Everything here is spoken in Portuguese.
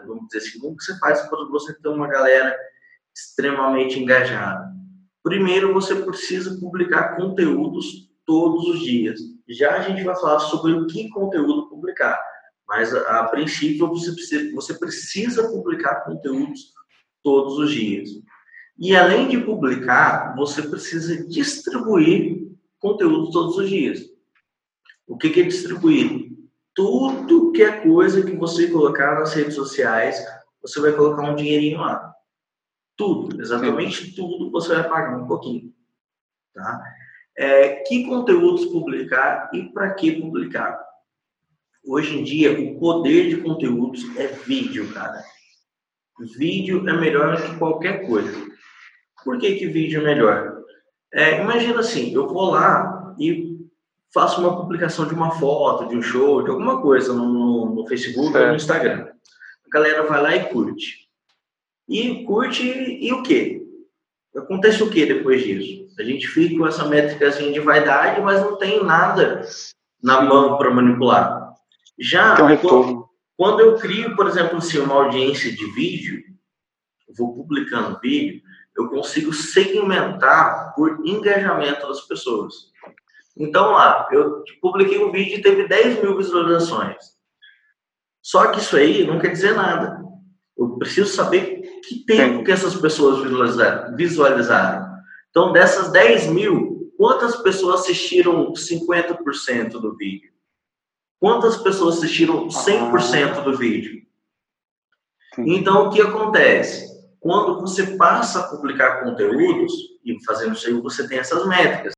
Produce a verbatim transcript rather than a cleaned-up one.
vamos dizer assim, como que você faz para você ter uma galera extremamente engajada? Primeiro, você precisa publicar conteúdos todos os dias. Já a gente vai falar sobre o que conteúdo publicar, mas a, a princípio você precisa, você precisa publicar conteúdos todos os dias. E além de publicar, você precisa distribuir conteúdo todos os dias. O que, que é distribuir? Tudo que é coisa que você colocar nas redes sociais, você vai colocar um dinheirinho lá. Tudo, exatamente Sim. tudo, você vai pagar um pouquinho. Tá? É, que conteúdos publicar e para que publicar? Hoje em dia, o poder de conteúdos é vídeo, cara. Vídeo é melhor que qualquer coisa. Por que que vídeo é melhor? É, imagina assim, eu vou lá e faço uma publicação de uma foto, de um show, de alguma coisa no, no Facebook certo. ou no Instagram. A galera vai lá e curte. E curte e o quê? Acontece o quê depois disso? A gente fica com essa métrica de vaidade, mas não tem nada na mão para manipular. Já tem um retorno. Quando, quando eu crio, por exemplo, assim, uma audiência de vídeo, vou publicando vídeo, eu consigo segmentar por engajamento das pessoas. Então lá, eu publiquei um vídeo e teve dez mil visualizações. Só que isso aí não quer dizer nada. Eu preciso saber que tempo que essas pessoas visualizaram. Então, dessas dez mil, quantas pessoas assistiram cinquenta por cento do vídeo? Quantas pessoas assistiram cem por cento do vídeo? Então, o que acontece? Quando você passa a publicar conteúdos, e fazendo isso aí, você tem essas métricas.